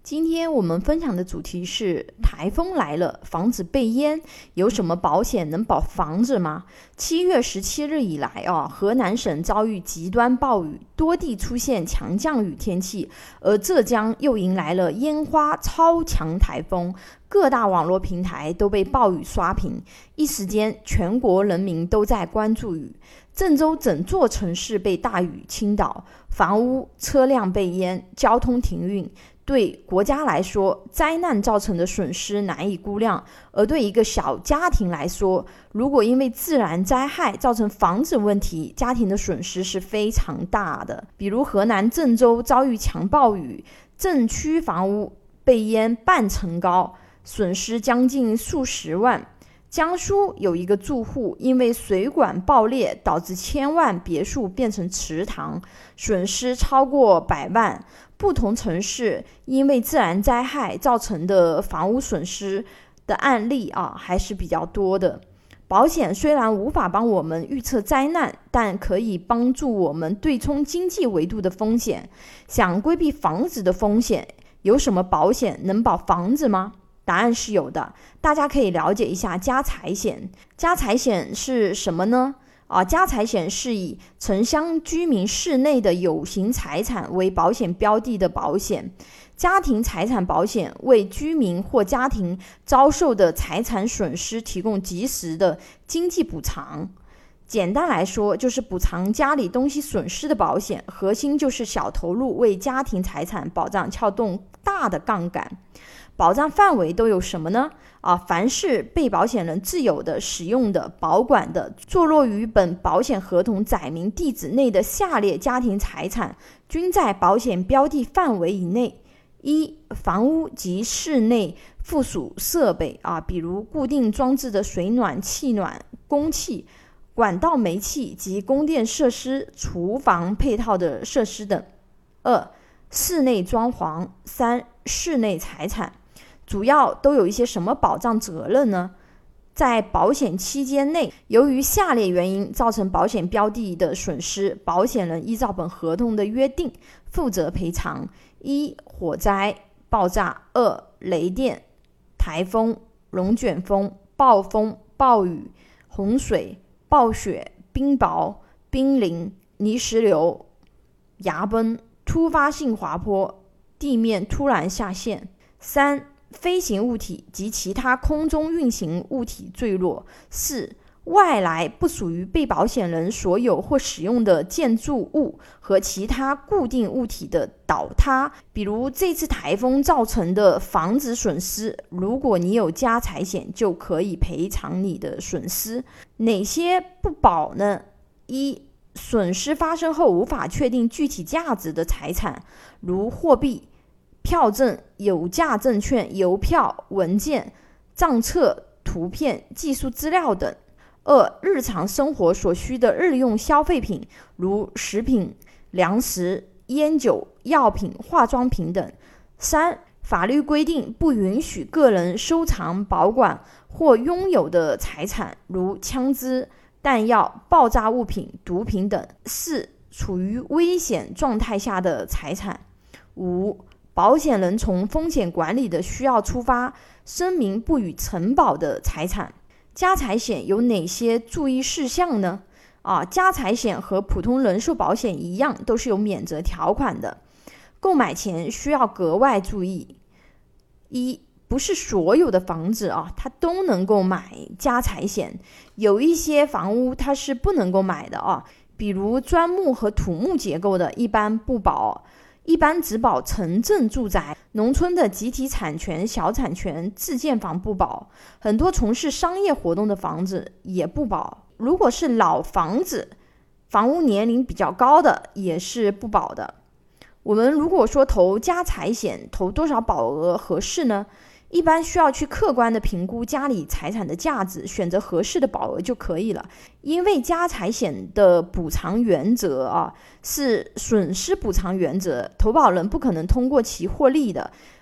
今天我们分享的主题是台风来了，防止被淹，有什么保险能保房子吗？7月17日以来河南省遭遇极端暴雨，多地出现强降雨天气，而浙江又迎来了烟花超强台风，各大网络平台都被暴雨刷屏，一时间全国人民都在关注雨。郑州整座城市被大雨倾倒，房屋、车辆被淹，交通停运。对国家来说，灾难造成的损失难以估量，而对一个小家庭来说，如果因为自然灾害造成房子问题，家庭的损失是非常大的。比如河南郑州遭遇强暴雨，镇区房屋被淹半层高，损失将近数十万。江苏有一个住户因为水管爆裂导致千万别墅变成池塘，损失超过100万。不同城市因为自然灾害造成的房屋损失的案例还是比较多的。保险虽然无法帮我们预测灾难，但可以帮助我们对冲经济维度的风险。想规避房子的风险，有什么保险能保房子吗？答案是有的，大家可以了解一下家财险。家财险是什么呢？家财险是以城乡居民室内的有形财产为保险标的的保险。家庭财产保险为居民或家庭遭受的财产损失提供及时的经济补偿。简单来说，就是补偿家里东西损失的保险，核心就是小投入为家庭财产保障撬动大的杠杆。保障范围都有什么呢？凡是被保险人自有的、使用的、保管的，坐落于本保险合同载明地址内的下列家庭财产，均在保险标的范围以内。一、房屋及室内附属设备比如固定装置的水暖、气暖、供气、管道煤气及供电设施、厨房配套的设施等。二、室内装潢。三、室内财产。主要都有一些什么保障责任呢？在保险期间内，由于下列原因造成保险标的的损失，保险人依照本合同的约定负责赔偿。一、火灾、爆炸。二、雷电、台风、龙卷风、暴风、暴雨、洪水、暴雪、冰雹、冰凌、泥石流、崖崩、突发性滑坡、地面突然下陷。三、飞行物体及其他空中运行物体坠落。四、外来不属于被保险人所有或使用的建筑物和其他固定物体的倒塌，比如这次台风造成的房子损失，如果你有家财险就可以赔偿你的损失。哪些不保呢？一、损失发生后无法确定具体价值的财产，如货币、票证、有价证券、邮票、文件、账册、图片、技术资料等。二、日常生活所需的日用消费品，如食品、粮食、烟酒、药品、化妆品等。三、法律规定不允许个人收藏、保管或拥有的财产，如枪支、弹药、爆炸物品、毒品等。四、处于危险状态下的财产。五、保险人从风险管理的需要出发，声明不予承保的财产。家财险有哪些注意事项呢？家财险和普通人寿保险一样，都是有免责条款的。购买前需要格外注意。一、不是所有的房子它都能够买家财险，有一些房屋它是不能够买的比如砖木和土木结构的，一般不保。一般只保城镇住宅，农村的集体产权、小产权、自建房不保，很多从事商业活动的房子也不保。如果是老房子，房屋年龄比较高的也是不保的。我们如果说投家财险，投多少保额合适呢？一般需要去客观的评估家里财产的价值，选择合适的保额就可以了。因为家财险的补偿原则是损失补偿原则，投保人不可能通过其获利的。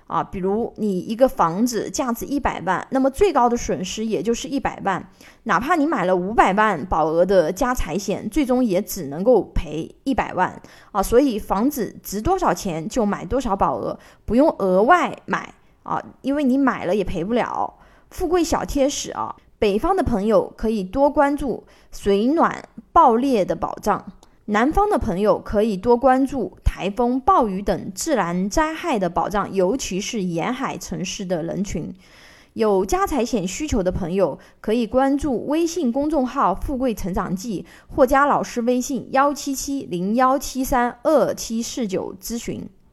比如你一个房子价值100万，那么最高的损失也就是100万，哪怕你买了500万保额的家财险，最终也只能够赔100万所以房子值多少钱就买多少保额，不用额外买因为你买了也赔不了。富贵小贴士北方的朋友可以多关注水暖爆裂的保障，南方的朋友可以多关注台风、暴雨等自然灾害的保障，尤其是沿海城市的人群。有家财险需求的朋友可以关注微信公众号富贵成长记，或加老师微信17701732749咨询。